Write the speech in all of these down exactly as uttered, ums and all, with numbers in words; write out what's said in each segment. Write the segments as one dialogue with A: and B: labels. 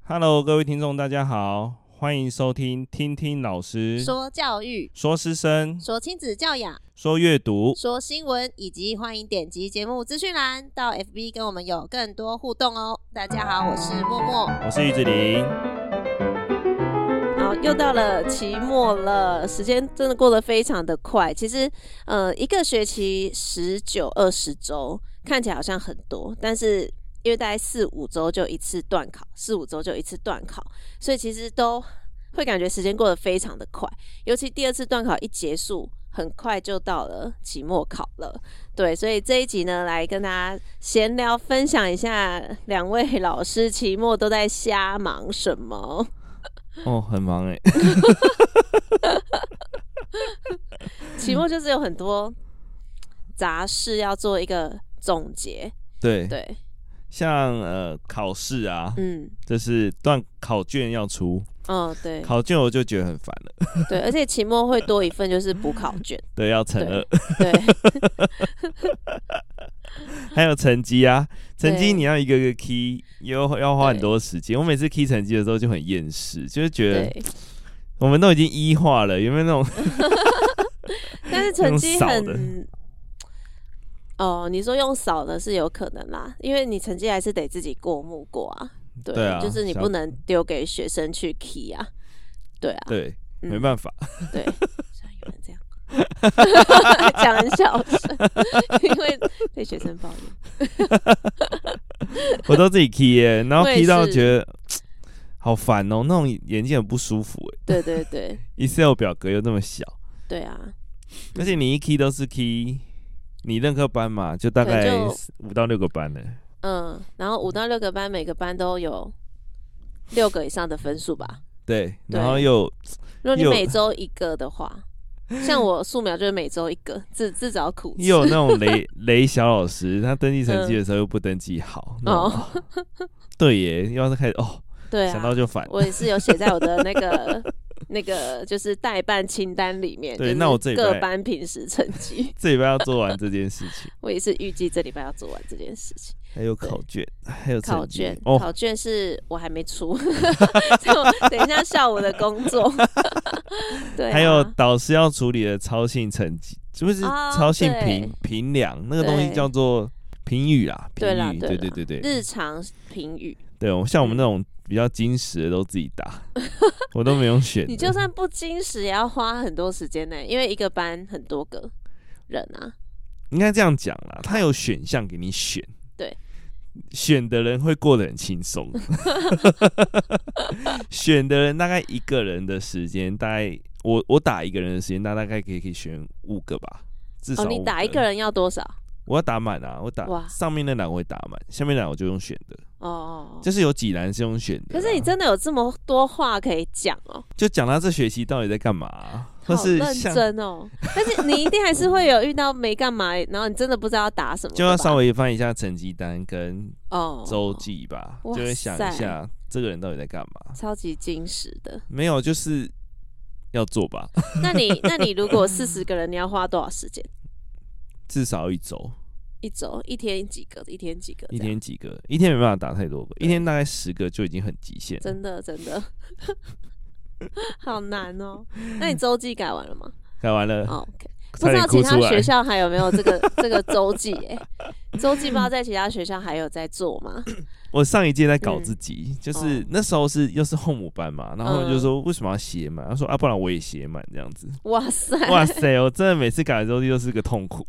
A: Hello， 各位听众，大家好，欢迎收听听听老师
B: 说教育、
A: 说师生、
B: 说亲子教养、
A: 说阅读、
B: 说新闻，以及欢迎点击节目资讯栏到 F B 跟我们有更多互动哦。大家好，我是默默，
A: 我是玉子琳。
B: 好，又到了期末了，时间真的过得非常的快。其实，呃，一个学期十九、二十周，看起来好像很多，但是因为大概四五周就一次段考，四五周就一次段考，所以其实都会感觉时间过得非常的快。尤其第二次段考一结束，很快就到了期末考了。对，所以这一集呢，来跟大家闲聊分享一下，两位老师期末都在瞎忙什么。
A: 哦，很忙哎。
B: 期末就是有很多杂事要做一个总结。
A: 对
B: 对，
A: 像呃考试啊，
B: 嗯，
A: 就是段考卷要出，
B: 哦对，
A: 考卷我就觉得很烦了。
B: 对，而且期末会多一份就是补考卷，
A: 对，要乘二。
B: 对，
A: 还有成绩啊，成绩
B: 对
A: 你要一个个 key， 又要花很多时间。我每次 key 成绩的时候就很厌世，就是觉得
B: 对，
A: 我们都已经一化了，有没有那种？
B: 但是成绩
A: 用扫的
B: 很，哦，你说用扫的是有可能啦，因为你成绩还是得自己过目过啊，对，
A: 对啊
B: 就是你不能丢给学生去 key 啊，对啊，
A: 对，
B: 嗯
A: 没办法。
B: 对，虽然有人这样讲很小声，因为被学生抱怨。
A: 我都自己 key 耶、然后
B: 我也
A: key 到
B: 是
A: 觉得好烦哦、那种眼睛很不舒服哎。
B: 对对对
A: Excel 表格又那么小，
B: 对啊，
A: 而且你一 key 都是 key 你任课班嘛，就大概
B: 可能就
A: 五到六个班了。
B: 嗯，然后五到六个班，每个班都有六个以上的分数吧。
A: 对，
B: 对
A: 然后又
B: 如果你
A: 又
B: 每周一个的话，像我素描就是每周一个，自自找苦吃。
A: 又有那种雷雷小老师，他登记成绩的时候又不登记好。
B: 嗯
A: 哦，对耶，要是开始哦，
B: 对啊，
A: 想到就烦。
B: 我也是有写在我的那个那个就是代办清单里面。
A: 对
B: 就是
A: 那我这礼拜
B: 各班平时成绩，
A: 这礼拜要做完这件事情，
B: 我也是预计这礼拜要做完这件事情。
A: 还有考卷，还有成绩
B: 考卷，
A: 哦，
B: 考卷是我还没出，所以我等一下下午的工作。对、啊，
A: 还有导师要处理的超性成绩，是不是
B: 哦
A: 超性
B: 对
A: 评评量那个东西
B: 对
A: 叫做评语啦？评
B: 对啦
A: 语，
B: 对啦
A: 对对对对，
B: 日常评语。
A: 对，我像我们那种比较精实的都自己打，我都没用选的。
B: 你就算不精实，也要花很多时间呢，因为一个班很多个人啊。
A: 应该这样讲啦，他有选项给你选，
B: 对，
A: 选的人会过得很轻松，选的人大概一个人的时间，大概我我打一个人的时间，大概可以可以选五个吧，至少
B: 哦，
A: 五个。
B: 你打一个人要多少？
A: 我要打满啊，我打
B: 哇
A: 上面那栏我会打满，下面那栏我就用选的，
B: 哦哦，哦
A: 就是有几栏是用选的啦。
B: 可是你真的有这么多话可以讲哦，
A: 就讲他这学期到底在干嘛啊、或
B: 好认
A: 是像
B: 真哦。但是你一定还是会有遇到没干嘛，然后你真的不知道要打什么的吧，
A: 就要稍微翻一下成绩单跟
B: 哦
A: 周记吧，
B: 哇
A: 就会想
B: 塞
A: 一下这个人到底在干嘛。
B: 超级精实的。
A: 没有，就是要做吧，
B: 那你那你如果四十个人，你要花多少时间？
A: 至少一周，
B: 一周一天几个？一天几个？
A: 一天几个，一天没办法打太多个，一天大概十个就已经很极限了。
B: 真的真的好难哦。那你周记改完了吗？
A: 改完了，
B: 哦 OK，不
A: 差
B: 知道其他
A: 点哭出来
B: 学校还有没有这个这个周记？哎，周记不知道在其他学校还有在做吗？
A: 我上一届在搞自己，
B: 嗯
A: 就是
B: 哦
A: 那时候是又是后母班嘛，然后他们就
B: 嗯
A: 说为什么要写满？他说啊，不然我也写满这样子。
B: 哇塞，
A: 哇塞，我真的每次改的周记都是个痛苦。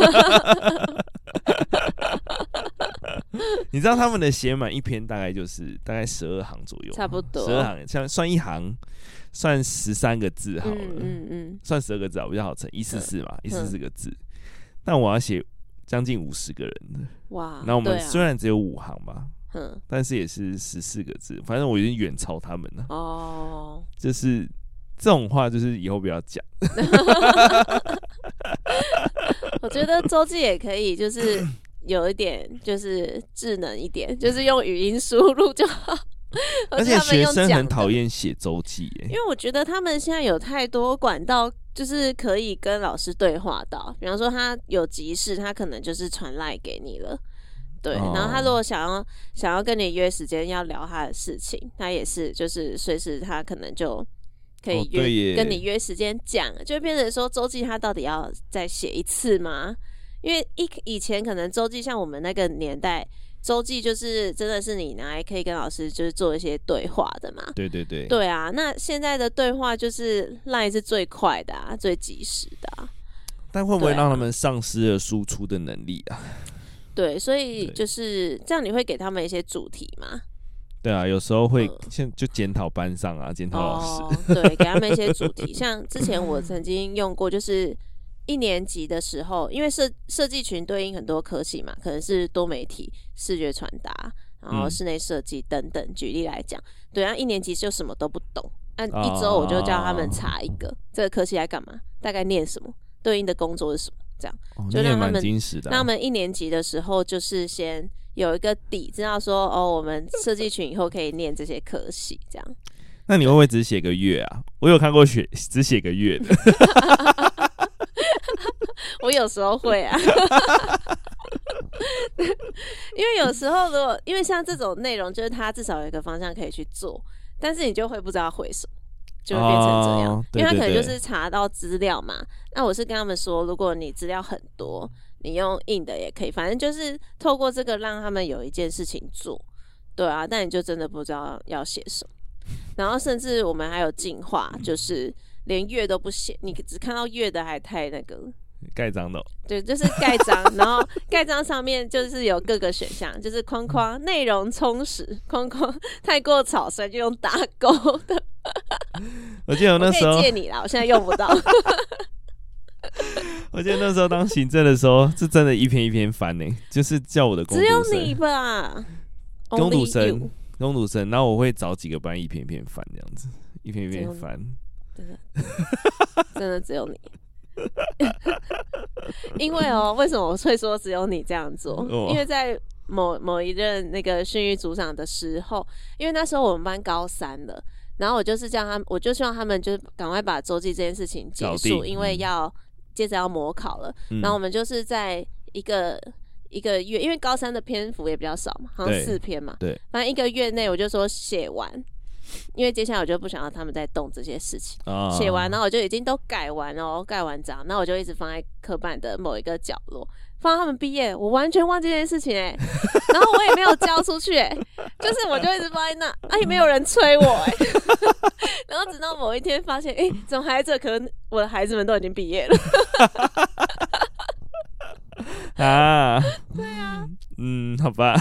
A: 你知道他们的写满一篇大概就是大概十二行左右，
B: 差不多
A: 十二行，像算一行算十三个字好了，
B: 嗯嗯嗯，
A: 算十二个字好比较好乘，一四四嘛，一四四
B: 嗯
A: 个字。但我要写将近五十个人的，
B: 哇，
A: 那我们
B: 对啊
A: 虽然只有五行嘛，
B: 嗯
A: 但是也是十四个字，反正我已经远超他们了。
B: 哦，
A: 就是这种话，就是以后不要讲。
B: 我觉得周记也可以，就是有一点就是智能一点，就是用语音输入就好。
A: 而且学生很讨
B: 厌，
A: 厌写周记耶，
B: 因为我觉得他们现在有太多管道，就是可以跟老师对话到。比方说他有急事，他可能就是传赖给你了。 对，
A: 哦、
B: 然后他如果想要想要跟你约时间要聊他的事情，他也是就是随时他可能就可以约、
A: 哦、
B: 跟你约时间讲，就变成说周记他到底要再写一次吗？因为一以前可能周记像我们那个年代，周记就是真的是你拿来可以跟老师就是做一些对话的嘛。
A: 对对对，
B: 对啊，那现在的对话就是 LINE 是最快的啊，最及时的啊。
A: 但会不会让他们丧失了输出的能力啊？
B: 对，所以就是这样，你会给他们一些主题吗？
A: 对啊，有时候会现在就检讨班上啊，检讨老师、
B: 哦。对，给他们一些主题。像之前我曾经用过，就是一年级的时候，因为设设计群对应很多科系嘛，可能是多媒体、视觉传达，然后室内设计等等。举例来讲，对啊，一年级就什么都不懂，按一周我就叫他们查一个、哦、这个科系来干嘛，大概念什么，对应的工作是什么。这样、
A: 哦、
B: 就让他们
A: 精实的、啊、
B: 让他们一年级的时候就是先有一个底，知道说哦，我们设计群以后可以念这些科系这样。
A: 那你会不会只写个月啊？我有看过写只写个月的
B: 我有时候会啊因为有时候如果因为像这种内容就是他至少有一个方向可以去做，但是你就会不知道回什么，就会变成这样、哦、对对对，因为他可能就是查到资料嘛。那我是跟他们说，如果你资料很多，你用印的也可以，反正就是透过这个让他们有一件事情做。对啊，但你就真的不知道要写什么。然后甚至我们还有进化，就是连月都不写，你只看到月的还太那个
A: 盖章的、哦、
B: 对，就是盖章然后盖章上面就是有各个选项，就是框框内容充实，框框太过草率就用打勾的
A: 我记得我那时候
B: 我可以借你啦，我现在用不到
A: 我记得那时候当行政的时候是真的一篇一篇翻呢，就是叫我的工读生，
B: 只有你吧，
A: 工读生工读生，然后我会找几个班一篇一篇翻，这样子一篇一篇翻，
B: 真的真的只有你因为哦，为什么我会说只有你这样做、哦、因为在某某一任那个训育组长的时候，因为那时候我们班高三了，然后我就是叫他们，我就希望他们就是赶快把周记这件事情结束，因为要、嗯、接着要模考了、嗯、然后我们就是在一个一个月，因为高三的篇幅也比较少嘛，好像四篇嘛，
A: 对，
B: 反正一个月内我就说写完，因为接下来我就不想让他们再动这些事情，写、哦、完然后我就已经都改完了，盖完章，然后我就一直放在课本的某一个角落，放到他们毕业，我完全忘记这件事情哎、欸，然后我也没有交出去哎、欸，就是我就一直放在那，啊也没有人催我哎、欸，然后直到某一天发现，哎、欸，怎么还在这？可能我的孩子们都已经毕业了。
A: 啊，
B: 对啊，
A: 嗯，好吧。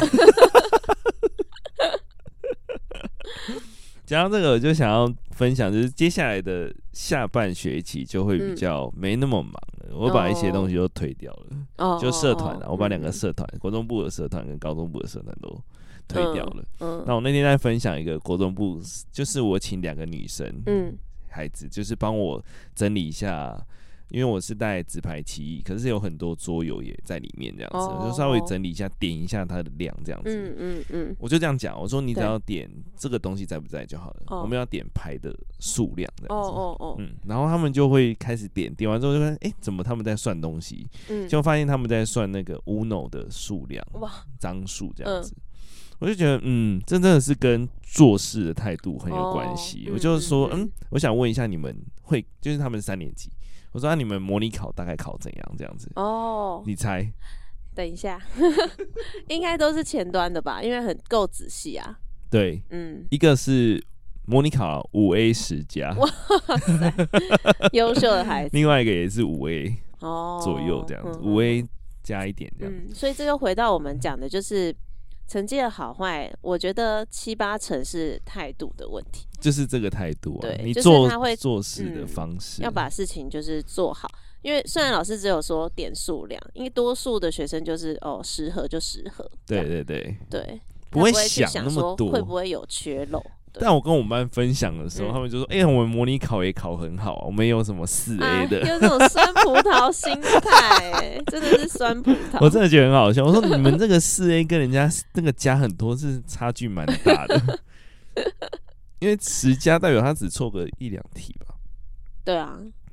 A: 讲到这个，我就想要分享，就是接下来的下半学期就会比较没那么忙了。嗯、我把一些东西都推掉了，哦、就社团啊，哦、我把两个社团，嗯、国中部的社团跟高中部的社团都推掉了。嗯嗯、那我那天在分享一个国中部，就是我请两个女生，嗯，孩子，就是帮我整理一下。因为我是带纸牌棋艺，可是有很多桌游也在里面，这样子，我、oh, 就稍微整理一下，点一下它的量，这样子。嗯嗯嗯，我就这样讲，我说你只要点这个东西在不在就好了， oh. 我们要点牌的数量，这样子。哦哦哦，嗯，然后他们就会开始点，点完之后就说，哎、欸，怎么他们在算东西？嗯，就发现他们在算那个 Uno 的数量，哇，张数这样子。嗯，我就觉得，嗯，这真的是跟做事的态度很有关系。Oh, 我就是说，嗯, 嗯，我想问一下，你们会，就是他们三年级。我说、啊、你们模拟考大概考怎样？这样子哦， oh, 你猜？
B: 等一下，应该都是前端的吧，因为很够仔细啊。
A: 对，嗯，一个是模拟考五 A 十加，哇
B: 塞，优秀的孩子。
A: 另外一个也是五 A 左右这样子，五、oh, A 加一点这样子、
B: 嗯。所以这就回到我们讲的，就是成绩的好坏，我觉得七八成是态度的问题。
A: 就是这个态度啊，
B: 对，
A: 你做、
B: 就是他会
A: 做事的方式、
B: 嗯，要把事情就是做好。因为虽然老师只有说点数量，因为多数的学生就是哦十盒就十盒，
A: 对对对
B: 对，
A: 不会想那么多，
B: 会不会有缺漏？
A: 但我跟我们班分享的时候，嗯、他们就说：“哎、欸，我们模拟考也考很好、啊，我们有什么四 A 的，
B: 有、啊、这种酸葡萄心态、欸，真的是酸葡萄。”
A: 我真的觉得很好笑。我说：“你们这个四 A 跟人家那个加很多是差距蛮大的。”因为十加代表他只错个一两题吧？
B: 对啊，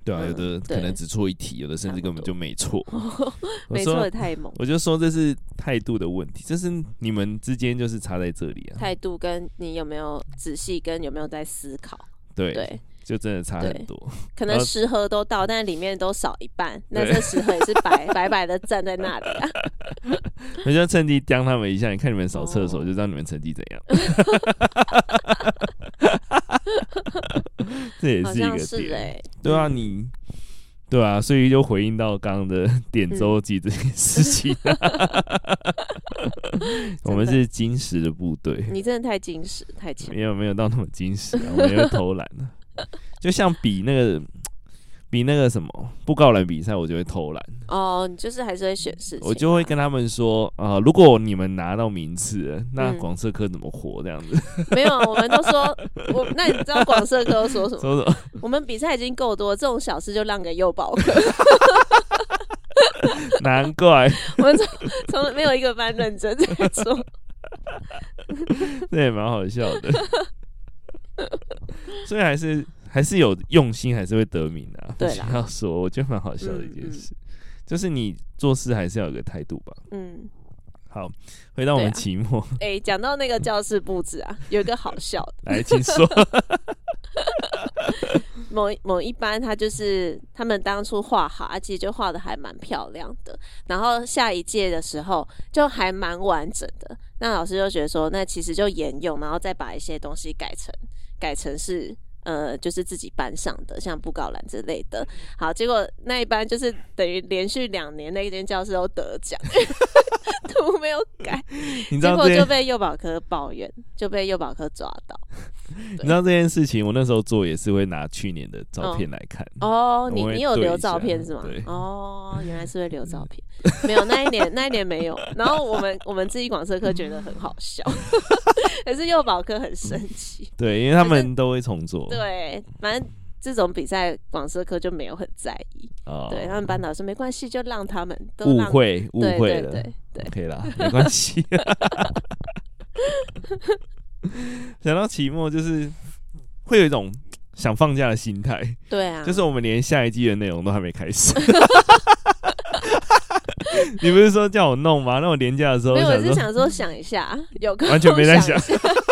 A: 对啊，有的可能只错一题，有的甚至根本就没错。
B: 没错也太猛。
A: 我就说这是态度的问题，这是你们之间就是差在这里啊。
B: 态度跟你有没有仔细，跟有没有在思考。
A: 对。
B: 对，
A: 就真的差很多。
B: 可能十盒都到，但里面都少一半，那这十盒也是白白白的站在那里啊。
A: 我就趁机刁他们一下，你看你们扫厕所，就知道你们成绩怎样。这也是一个点，欸、对啊，你对啊，所以就回应到刚刚的点周记这件事情。嗯、我们是精实的部队，
B: 你真的太精实，太强，
A: 没有没有到那么精实、啊，我们也会偷懒的、啊，就像比那个。比那个什么布告栏比赛，我就会偷懒
B: 哦。你就是还是会选事情，
A: 我就会跟他们说啊、呃，如果你们拿到名次了，那广社科怎么活这样子？
B: 嗯、没有，我们都说我。那你知道广社科说什么？
A: 说什么？
B: 我们比赛已经够多，这种小事就让给幼保科。
A: 难怪
B: 我们从从来没有一个班认真在做，
A: 这也蛮好笑的。所以还是。还是有用心，还是会得名的、啊。
B: 对啦，
A: 要说，我觉得蛮好笑的一件事，嗯嗯、就是你做事还是要有个态度吧。嗯，好，回到我们期末。
B: 哎、啊，讲、欸、到那个教室布置啊，有一个好笑的，
A: 来，请说。
B: 某某一班，他就是他们当初画好，其实就画的还蛮漂亮的。然后下一届的时候，就还蛮完整的。那老师就觉得说，那其实就沿用，然后再把一些东西改成改成是。呃，就是自己班上的，像布告栏之类的。好，结果那一班就是等于连续两年那间教室都得奖，图没有改，
A: 你知道
B: 结果就被幼保科抱怨，就被幼保科抓到。
A: 你知道这件事情，我那时候做也是会拿去年的照片来看。
B: 哦，你你有留照片是吗？
A: 对。
B: 哦，原来是会留照片。没有，那一年那一年没有。然后我们我们自己广社科觉得很好笑，可是幼保科很生气。
A: 对，因为他们都会重做。
B: 对，反正这种比赛广社科就没有很在意。哦。对，他们班导说没关系，就让他们都
A: 误会误会了，
B: 对对对对，
A: 可以啦，没关系。想到期末就是会有一种想放假的心态，
B: 对啊，
A: 就是我们连下一季的内容都还没开始。你不是说叫我弄吗？那我连假的时候，
B: 没有，我是想说想一下，有空
A: 完全没在想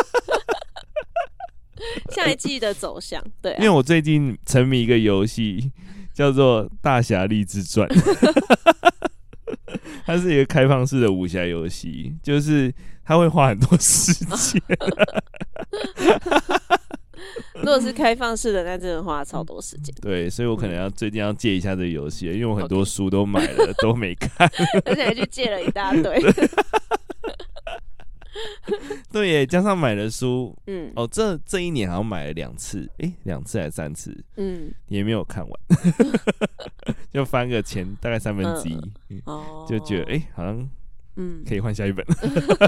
B: 下一季的走向。对、啊，
A: 因为我最近沉迷一个游戏，叫做《大侠立志传》。它是一个开放式的武侠游戏，就是它会花很多时间。
B: 如果是开放式的，那真的花超多时间。
A: 对，所以我可能要最近要借一下这个游戏，因为我很多书都买了， okay. 都没看，
B: 而且还去借了一大堆。
A: 对耶，加上买了书，嗯，哦，这这一年好像买了两次，哎，两次还是三次，嗯，也没有看完，就翻个前大概三分之一，嗯哦，就觉得哎，好像，嗯，可以换下一本，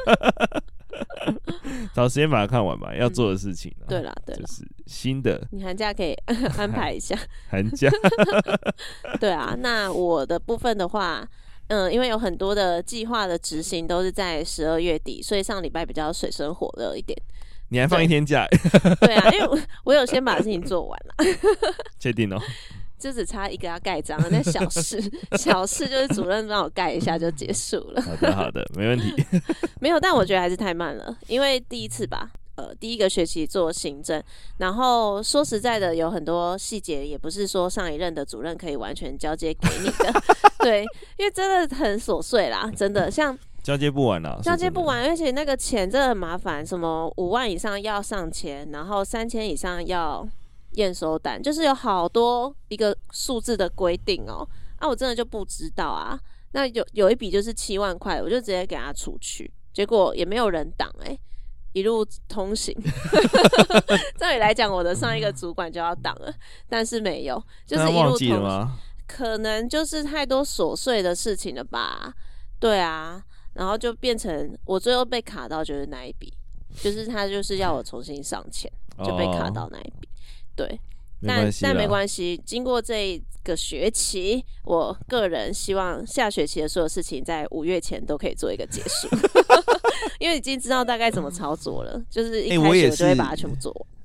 A: 找时间把它看完吧，要做的事情、啊嗯，
B: 对啦，对啦，
A: 就是新的，
B: 你寒假可以安排一下，
A: 寒假，
B: 对啊，那我的部分的话。嗯，因为有很多的计划的执行都是在十二月底，所以上礼拜比较水深火热一点。
A: 你还放一天假？
B: 对啊，因为 我, 我有先把事情做完了。
A: 确定哦？
B: 就只差一个要盖章，那小事，小事就是主任帮我盖一下就结束了。
A: 好的，好的，没问题。
B: 没有，但我觉得还是太慢了，因为第一次吧。呃，第一个学期做行政，然后说实在的，有很多细节也不是说上一任的主任可以完全交接给你的，对，因为真的很琐碎啦，真的像
A: 交接不完啦，
B: 交接不完，而且那个钱真的很麻烦，什么五万以上要上钱，然后三千以上要验收单，就是有好多一个数字的规定哦，啊，我真的就不知道啊，那有有一笔就是七万块，我就直接给他出去，结果也没有人挡哎、欸。一路通行，照理来讲，我的上一个主管就要挡了，但是没有，就是一路通行。
A: 吗？
B: 可能就是太多琐碎的事情了吧？对啊，然后就变成我最后被卡到就是那一笔，就是他就是要我重新上钱，就被卡到那一笔。对，但但没关系，经过这个学期，我个人希望下学期的所有事情在五月前都可以做一个结束。因为已经知道大概怎么操作了，就是一开始我就会把它全部做完。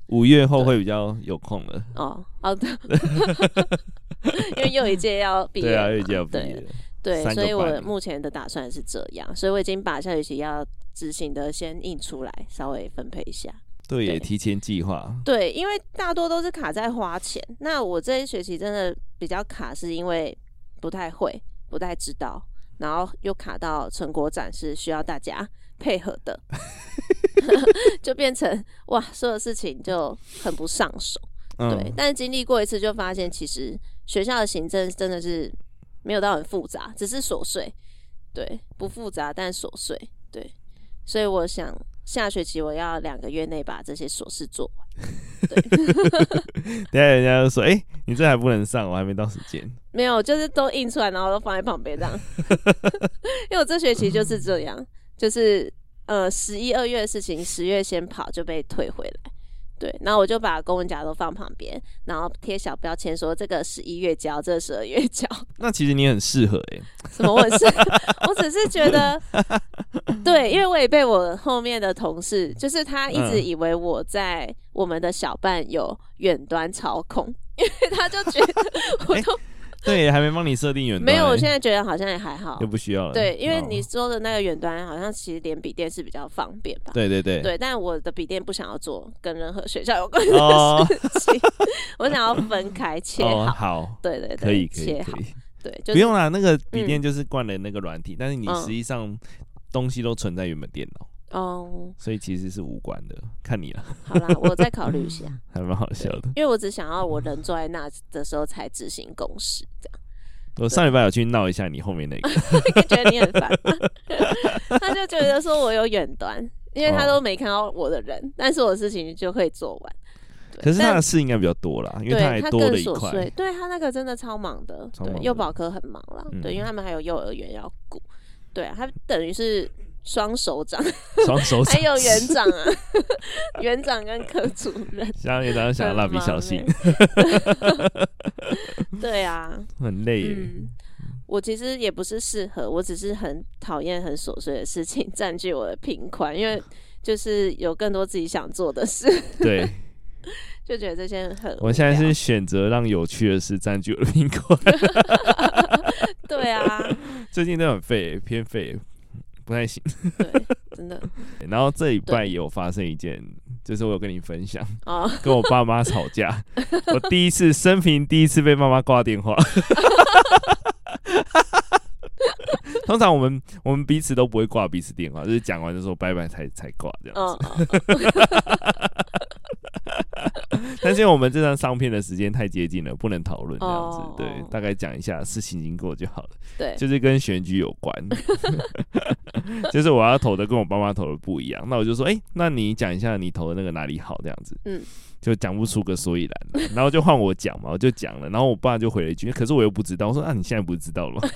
A: 五月后会比较有空了。
B: 哦，好的，因为又一届要毕业，
A: 对啊，又一届要毕业了。
B: 对，所以我目前的打算是这样，所以我已经把下学期要执行的先印出来，稍微分配一下。
A: 对，也提前计划。
B: 对，因为大多都是卡在花钱。那我这一学期真的比较卡，是因为不太会，不太知道，然后又卡到成果展是需要大家配合的，就变成哇，所有事情就很不上手。嗯、对，但是经历过一次，就发现其实学校的行政真的是没有到很复杂，只是琐碎。对，不复杂但琐碎。对，所以我想下学期我要两个月内把这些琐事做完。对，
A: 等一下人家就说：“哎、欸，你这还不能上，我还没到时间。”
B: 没有，就是都印出来，然后都放在旁边这样。因为我这学期就是这样，就是呃十一二月的事情，十月先跑就被退回来。对，然后我就把公文夹都放旁边，然后贴小标签说这个十一月交，这个十二月交。
A: 那其实你很适合哎、欸。
B: 什么？我很适合？我只是觉得，对，因为我也被我后面的同事，就是他一直以为我在我们的小办有远端操控，因为他就觉得我都。欸
A: 对，还没帮你设定远端、欸。
B: 没有，我现在觉得好像也还好，
A: 就不需要了。
B: 对，因为你说的那个远端，好像其实连笔电是比较方便吧？
A: 对对对。
B: 对，但我的笔电不想要做跟任何学校有关的事情，哦、我想要分开切好。
A: 哦、好。
B: 对对对，
A: 可以可以
B: 切好。对、就是，
A: 不用啦，那个笔电就是灌了那个软体、嗯，但是你实际上东西都存在原本电脑。哦，所以其实是无关的，看你了。
B: 好啦，我再考虑一下，
A: 还蛮好笑的。
B: 因为我只想要我人坐在那的时候才执行公事，这样。
A: 我上礼拜有去闹一下你后面那个，
B: 觉得你很烦。他就觉得说我有远端，因为他都没看到我的人，哦、但是我的事情就可以做完。
A: 可是他的事应该比较多啦，因为他还多了一块。
B: 对，他那个真的超忙的，对，幼保科很忙啦、嗯，对，因为他们还有幼儿园要顾，对啊，他等于是。双手掌，
A: 双手掌，
B: 还有园长啊，园长跟科主任，
A: 像园长想要蜡笔小新，
B: 对啊，
A: 很累耶、
B: 嗯。我其实也不是适合，我只是很讨厌很琐碎的事情占据我的频宽，因为就是有更多自己想做的事。对，就觉得这些很……
A: 我现在是选择让有趣的事占据我的频宽。
B: 对啊，
A: 最近都很废，偏废。不太行，
B: 对，真的。
A: 然后这礼拜也有发生一件，就是我有跟你分享，哦、跟我爸妈吵架，我第一次生平第一次被妈妈挂电话。通常我们我们彼此都不会挂彼此电话，就是讲完就说拜拜才才挂这样子。哦但是因为我们这张上片的时间太接近了，不能讨论这样子。Oh. 对，大概讲一下事情经过就好了。对，就是跟选举有关，就是我要投的跟我爸妈投的不一样。那我就说，哎、欸，那你讲一下你投的那个哪里好这样子。嗯，就讲不出个所以然，然后就换我讲嘛，我就讲了，然后我爸就回了一句，可是我又不知道。我说啊，你现在不是知道了吗？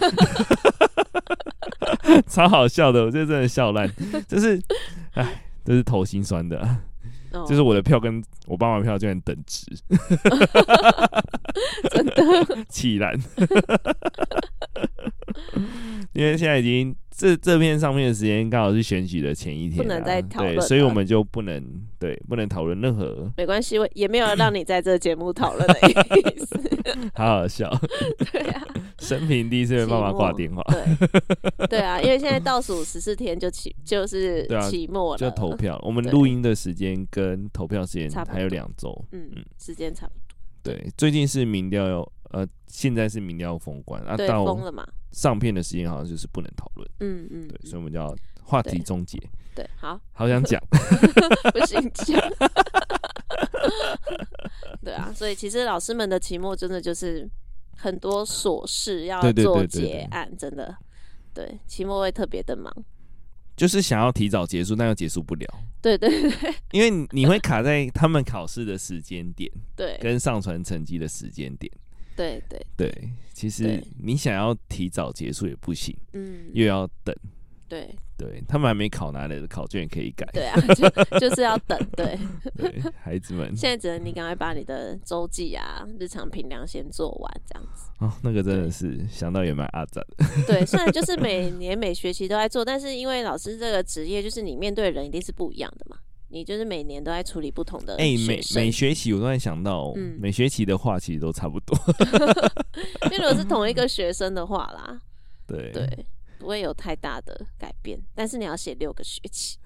A: 超好笑的，我这真的笑烂，就是哎，这是头心酸的、啊。Oh. 就是我的票跟我爸妈的票居然等值，
B: 真的
A: 气烂。因为现在已经这这片上面的时间刚好是选举的前一天、啊，
B: 不能再讨论，
A: 对，所以我们就不能对不能讨论任何。
B: 没关系，也没有让你在这个节目讨论的意思。
A: 好好笑，对啊，生平第一次被爸妈挂电话，
B: 对对啊，因为现在倒数十四天就期就是期末了，
A: 就投票。我们录音的时间跟投票时间还有两周，
B: 嗯嗯，时间差不多。
A: 对，最近是民调要呃，现在是民调封关啊，
B: 对，
A: 到
B: 封了嘛。
A: 上片的时间好像就是不能讨论，嗯嗯，对，所以我们就要话题终结。
B: 对，好，
A: 好想讲，
B: 不行讲。对啊，所以其实老师们的期末真的就是很多琐事要做结案，真的，对，期末会特别的忙。
A: 就是想要提早结束，但又结束不了。
B: 对对对，
A: 因为你会卡在他们考试的时间点，
B: 对，
A: 跟上传成绩的时间点。
B: 对对
A: 对，其实你想要提早结束也不行，嗯，又要等。
B: 对
A: 对，他们还没考拿来的考卷也可以改。
B: 对啊，就就是要等。对
A: 对，孩子们，
B: 现在只能你赶快把你的周记啊、日常评量先做完，这样子。
A: 哦，那个真的是想到也蛮阿杂的。
B: 对，虽然就是每年每学期都在做，但是因为老师这个职业，就是你面对的人一定是不一样的嘛。 你就是每年都在处理不同的学生。
A: 哎、欸，每每学期我突然想到，嗯、每学期的话其实都差不多。
B: 因为如果是同一个学生的话啦，
A: 对
B: 对，不会有太大的改变。但是你要写六个学期。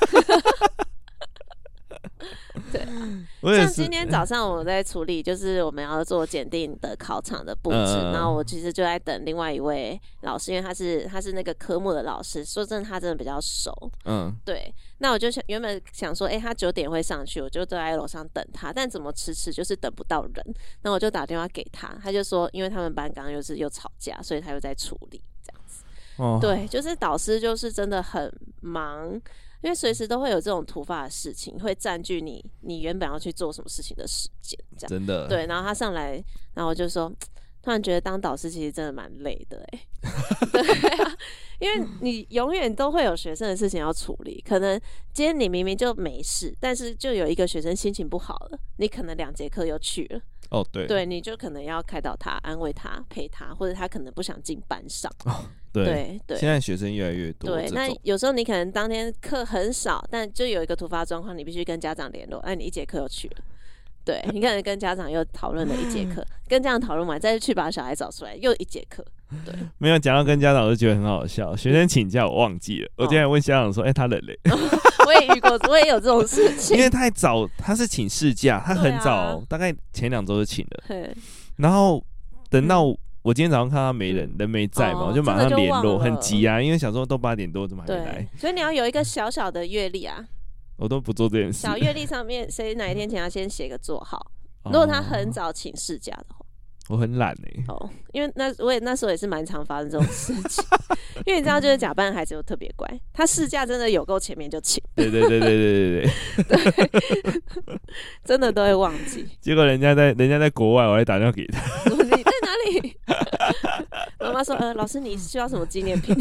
B: 对啊，像今天早上我在处理，就是我们要做检定的考场的布置，嗯、然后我其实就在等另外一位老师，因为他是他是那个科目的老师，说真的他真的比较熟，嗯，对。那我就想原本想说，哎、欸，他九点会上去，我就在楼上等他，但怎么迟迟就是等不到人，那我就打电话给他，他就说，因为他们班刚刚又是又吵架，所以他又在处理这样子。哦，对，就是导师就是真的很忙。因为随时都会有这种突发的事情，会占据你你原本要去做什么事情的时间，这样
A: 真的
B: 对。然后他上来，然后我就说，突然觉得当导师其实真的蛮累的哎、欸，对啊，因为你永远都会有学生的事情要处理，可能今天你明明就没事，但是就有一个学生心情不好了，你可能两节课又去了。
A: 哦，对，
B: 对，你就可能要开导他、安慰他、陪他，或者他可能不想进班上。
A: 哦，对对对，现在学生越来越多。
B: 对，那有时候你可能当天课很少，但就有一个突发状况，你必须跟家长联络，哎，你一节课又去了。对，你可能跟家长又讨论了一节课，跟家长讨论完，再去把小孩找出来，又一节课。对，
A: 没有讲到跟家长，我就觉得很好笑。学生请假我忘记了，我今天问家长说：“哎、欸，他冷嘞。”
B: 我也遇过，我也有这种事情。
A: 因为太早，他是请事假，他很早，啊、大概前两周就请了。然后等到我今天早上看他没人，嗯、人没在嘛，哦、我就马上联络，很急啊，因为想说都八点多，怎么还没来？
B: 所以你要有一个小小的阅历啊。
A: 我都不做这件事。
B: 小阅历上面，谁哪一天前要先写个座号。如果他很早请事假的话。
A: 我很懒哎、欸，
B: 哦，因为那我也那时候也是蛮常发生这种事情，因为你知道，就是假扮的孩子又特别乖，他事假真的有够前面就请，
A: 对对对对对对对，
B: 对真的都会忘记。
A: 结果人家在人家在国外，我还打电话给他，
B: 你在哪里？妈妈说，呃，老师你需要什么纪念品？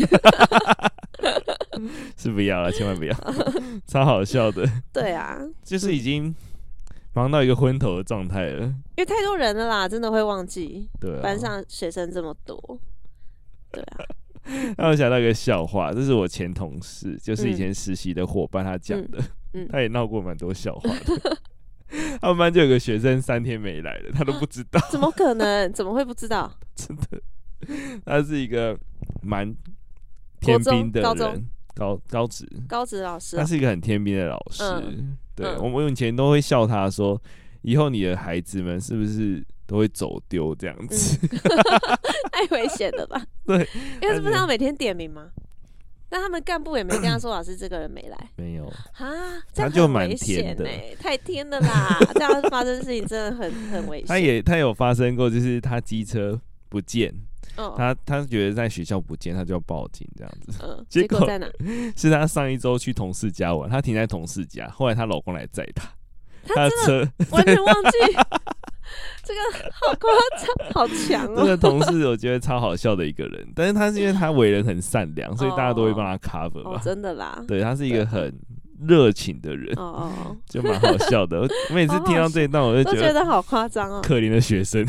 A: 是不要了，千万不要，超好笑的。
B: 对啊，
A: 就是已经。忙到一个昏头的状态了，
B: 因为太多人了啦，真的会忘记。
A: 对、啊，
B: 班上学生这么多，对啊。
A: 让我想到一个笑话，这是我前同事，就是以前实习的伙伴他讲的，嗯嗯、他也闹过蛮多笑话的。他们班就有个学生三天没来了，他都不知道。
B: 怎么可能？怎么会不知道？
A: 真的，他是一个蛮天兵的人，高高职
B: 高职老师、哦，
A: 他是一个很天兵的老师。
B: 嗯
A: 对，嗯、我们以前都会笑他说，以后你的孩子们是不是都会走丢这样子？嗯、
B: 太危险了吧？
A: 对，
B: 因为是不是要每天点名吗？那他们干部也没跟他说，老师这个人没来，
A: 没有
B: 啊，
A: 他就蛮天的，
B: 太天的啦！这样发生的事情真的很很危险。
A: 他也他有发生过，就是他机车不见。哦、他他觉得在学校不见，他就要报警这样子。
B: 嗯，结果在哪？
A: 是他上一周去同事家玩，他停在同事家，后来她老公来载他，
B: 他的车完全忘记。这个好夸张，好强哦！
A: 这个同事我觉得超好笑的一个人，但是他是因为他为人很善良，所以大家都会帮他 cover 吧。
B: 哦，真的啦。
A: 对，他是一个很热情的人，哦哦，就蛮好笑的。我每次听到这一段，我就觉得
B: 觉得好夸张哦，
A: 可怜的学生。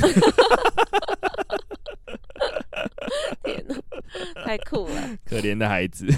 B: 天哪，太酷了！
A: 可怜的孩子。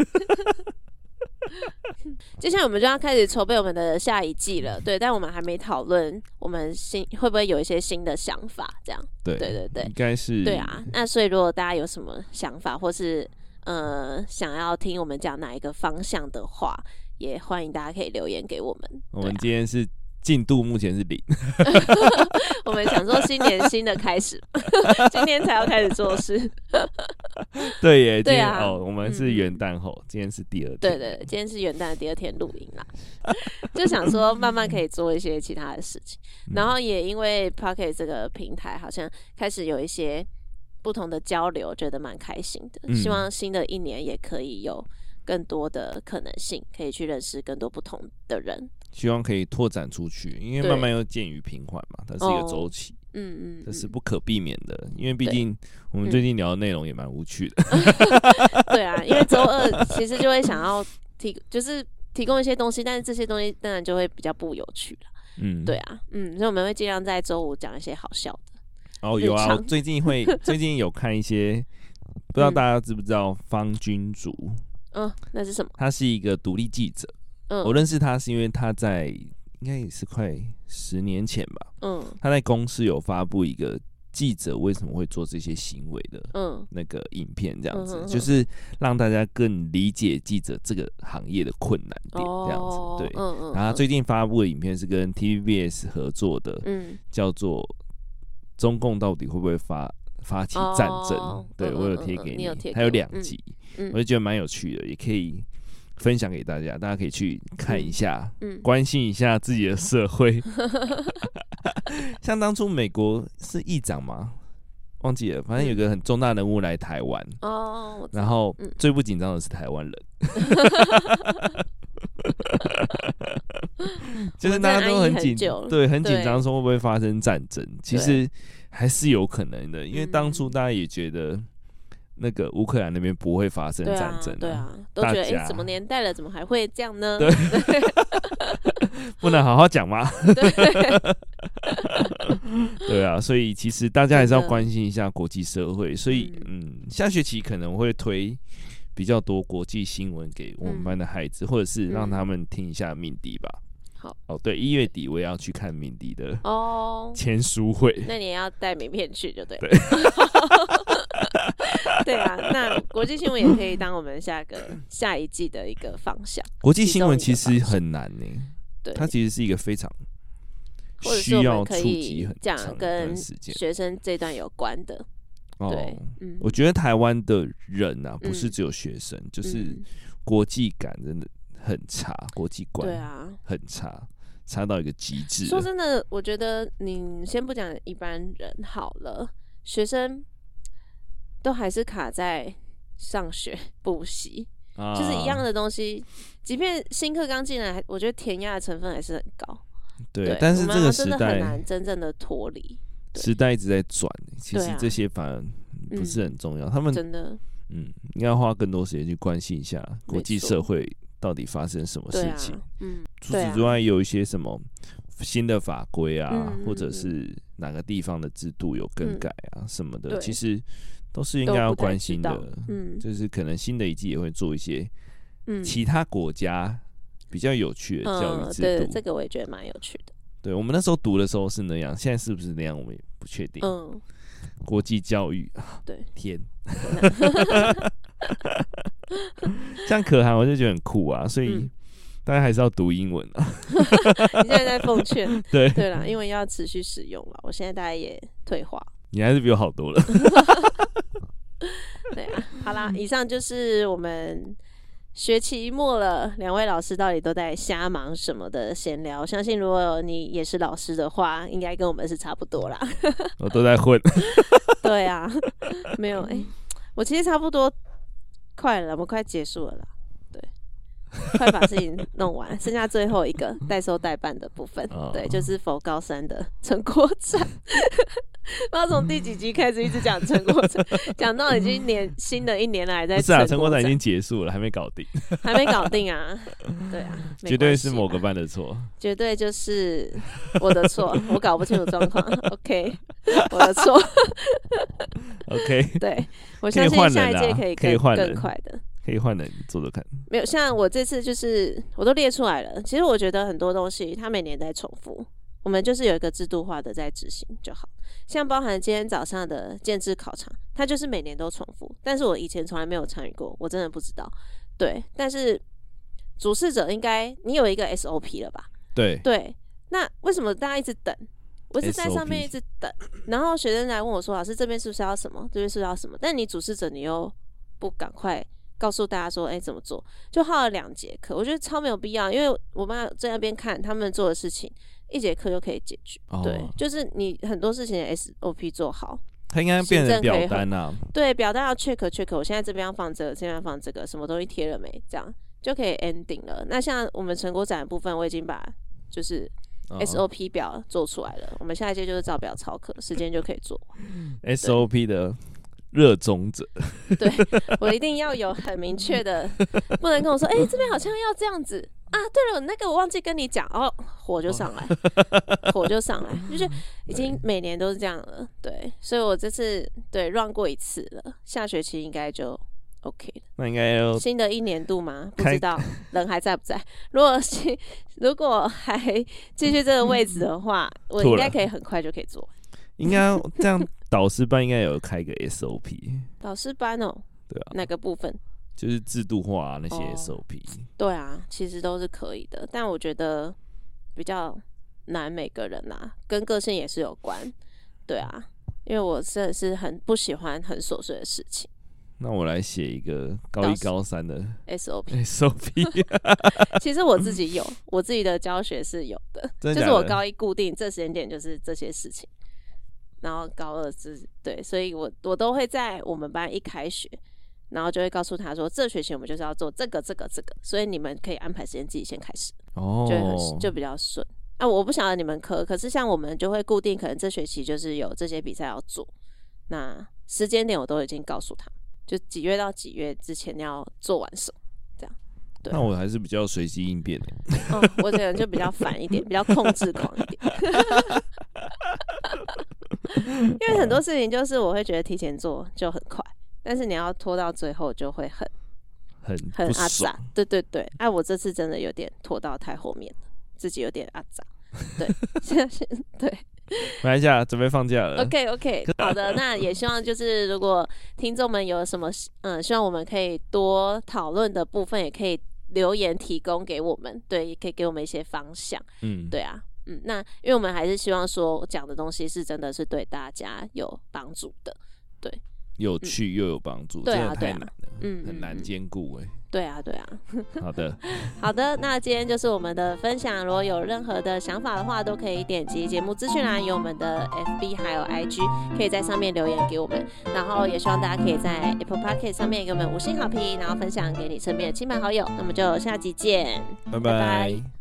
B: 接下来我们就要开始筹备我们的下一季了，对，但我们还没讨论我们新会不会有一些新的想法，这样。
A: 对
B: 对对对，
A: 应该是。
B: 对啊，那所以如果大家有什么想法，或是呃想要听我们讲哪一个方向的话，也欢迎大家可以留言给我们。
A: 我们今天是。进度目前是零。
B: 我们想说新年新的开始，今天才要开始做事。
A: 对耶，对啊，哦，我们是元旦后，嗯、今天是第二天。
B: 对对，今天是元旦的第二天录音啦，就想说慢慢可以做一些其他的事情，嗯、然后也因为 Pocket 这个平台好像开始有一些不同的交流，觉得蛮开心的。嗯、希望新的一年也可以有更多的可能性，可以去认识更多不同的人。
A: 希望可以拓展出去，因为慢慢又渐于平缓嘛，它是一个周期，
B: 嗯嗯，
A: 这是不可避免的，因为毕竟我们最近聊的内容也蛮无趣的。
B: 对啊，因为周二其实就会想要提，就是提供一些东西，但是这些东西当然就会比较不有趣了。嗯，对啊，嗯，所以我们会尽量在周五讲一些好笑的。
A: 哦，有啊，我最近会最近有看一些，不知道大家知不知道方君竹？
B: 嗯，那是什么？
A: 他是一个独立记者。 嗯，我认识他是因为他在应该也是快十年前吧，嗯，他在公司有发布一个记者为什么会做这些行为的那个影片，这样子、嗯、就是让大家更理解记者这个行业的困难点，这样子、哦、对、嗯嗯。然后他最近发布的影片是跟 T V B S 合作的，嗯，叫做中共到底会不会发发起战争、哦、对、嗯、我有贴给 你, 你有还有两集、嗯嗯、我就觉得蛮有趣的，也可以分享给大家，大家可以去看一下、嗯、关心一下自己的社会、嗯、像当初美国是议长吗？忘记了，反正有个很重大人物来台湾、嗯、然后最不紧张的是台湾人、嗯、就是大家都很紧对很紧张说会不会发生战争，其实还是有可能的，因为当初大家也觉得那个乌克兰那边不会发生战争、啊，
B: 对啊，对啊都觉得哎、欸，什么年代了，怎么还会这样呢？
A: 对，不能好好讲吗？对，对啊，所以其实大家还是要关心一下国际社会，所以嗯，下学期可能会推比较多国际新闻给我们班的孩子，嗯、或者是让他们听一下敏迪吧。好哦，对，一月底我也要去看敏迪的哦签书会、哦，
B: 那你也要带名片去就对了。对对啊，那国际新闻也可以当我们下个下一季的一个方向。
A: 国际新闻其实很难呢、欸，对，它其实是一个非常需要触及很长一段时间，
B: 学生这段有关的。
A: 哦、
B: 对，
A: 嗯，我觉得台湾的人啊，不是只有学生，嗯、就是国际感真的很差，国际观对啊很差，差到一个极致。
B: 说真的，我觉得你先不讲一般人好了，学生都还是卡在上学补习、啊，就是一样的东西。即便新课刚进来，我觉得填鸭的成分还是很高。
A: 对，对但是这个时代
B: 真的很难真正的脱离。
A: 时代一直在转，其实这些反而不是很重要。啊嗯、他们
B: 真的，
A: 嗯，应该花更多时间去关心一下国际社会到底发生什么事情。啊、嗯，除此之外，有一些什么新的法规啊、嗯，或者是哪个地方的制度有更改啊、嗯、什么的，其实都是应该要关心的。嗯，就是可能新的一季也会做一些其他国家比较有趣的教育制度。嗯、
B: 对，这个我也觉得蛮有趣的。
A: 对，我们那时候读的时候是那样，现在是不是那样，我们也不确定。嗯，国际教育，对，天，像可汗我就觉得很酷啊，所以、嗯、大家还是要读英文啊。
B: 你现在在奉劝，
A: 对
B: 对啦，英文要持续使用了，我现在大概也退化。
A: 你还是比我好多了。
B: 对啊，好啦，以上就是我们学期末了，两位老师到底都在瞎忙什么的闲聊？相信如果你也是老师的话，应该跟我们是差不多啦。
A: 我都在混。
B: 对啊，没有哎、欸，我其实差不多快了，我们快结束了啦。对，快把事情弄完，剩下最后一个代收代办的部分，哦、对，就是佛高山的成果展。不知道从第几集开始一直讲成果展，讲到已经年新的一年了还在。不
A: 是啊，成果展已经结束了，还没搞定。
B: 还没搞定啊？对啊，
A: 绝对是某个班的错，
B: 绝对就是我的错，我搞不清楚状况。OK， 我的错。
A: OK，
B: 对，我相信下一届可以更可以更快的。
A: 可以换人做做看。
B: 没有，像我这次就是我都列出来了。其实我觉得很多东西它每年在重复，我们就是有一个制度化的在执行就好。像包含今天早上的建制考场，它就是每年都重复，但是我以前从来没有参与过，我真的不知道。对，但是主事者应该你有一个 S O P 了吧？
A: 对
B: 对，那为什么大家一直等？我是在上面一直等，然后学生来问我说：“老师，这边是不是要什么？这边是不是要什么？”但你主事者你又不赶快告诉大家说：“哎、欸，怎么做？”就耗了两节课，我觉得超没有必要，因为我妈在那边看他们做的事情。一节课就可以解决、哦，对，就是你很多事情的 S O P 做好，
A: 它应该变成表单啊，
B: 对，表单要 check check， 我现在这边要放这个，这边要放这个，什么东西贴了没？这样就可以 ending 了。那像我们成果展的部分，我已经把就是 S O P 表做出来了，哦、我们下一届就是照表操课，时间就可以做。
A: S O P 的热衷者，
B: 对我一定要有很明确的，不能跟我说，哎、欸，这边好像要这样子。啊，对了，那个我忘记跟你讲，哦，火就上来，火就上来，就是已经每年都是这样了，对，所以我这次对 run 过一次了，下学期应该就 OK 的。
A: 那应该要
B: 新的一年度吗？不知道人还在不在。如果如果还继续这个位置的话，我应该可以很快就可以做。
A: 应该这样，导师班应该有开个 S O P。
B: 导师班哦，
A: 对啊，
B: 哪个部分？
A: 就是制度化、啊、那些 S O P、哦。
B: 对啊，其实都是可以的，但我觉得比较难，每个人啊，跟个性也是有关。对啊，因为我真的是很不喜欢很琐碎的事情。
A: 那我来写一个高一高三的
B: S O P。
A: S O P。
B: 其实我自己有，我自己的教学是有的，
A: 真的假的？
B: 就是我高一固定这时间点就是这些事情，然后高二是对，所以我我都会在我们班一开学，然后就会告诉他说，这学期我们就是要做这个这个这个，所以你们可以安排时间自己先开始，
A: 哦，
B: 就就比较顺。啊，我不晓得你们科，可是像我们就会固定，可能这学期就是有这些比赛要做，那时间点我都已经告诉他。就几月到几月之前要做完手，这样。对，
A: 那我还是比较随机应变的。
B: 哦，我这个人就比较烦一点，比较控制狂一点。因为很多事情就是我会觉得提前做就很快，但是你要拖到最后就会很
A: 很
B: 很阿杂。对对对，哎、啊，我这次真的有点拖到太后面了，自己有点阿杂。对，现在是对。
A: 马来西亚准备放假了。
B: OK OK， 好的，那也希望就是如果听众们有什么嗯，希望我们可以多讨论的部分，也可以留言提供给我们，对，也可以给我们一些方向。嗯，对啊，嗯，那因为我们还是希望说讲的东西是真的是对大家有帮助的，对，
A: 有趣又有帮助，
B: 嗯、
A: 真的太难了，
B: 嗯、啊，
A: 很难兼顾哎。
B: 对啊，对啊。
A: 好的，
B: 好的，那今天就是我们的分享。如果有任何的想法的话，都可以点击节目资讯栏，有我们的 F B 还有 I G， 可以在上面留言给我们。然后也希望大家可以在 Apple Podcast 上面给我们五星好评，然后分享给你身边的亲朋好友。那么就下集见，
A: 拜拜。拜拜。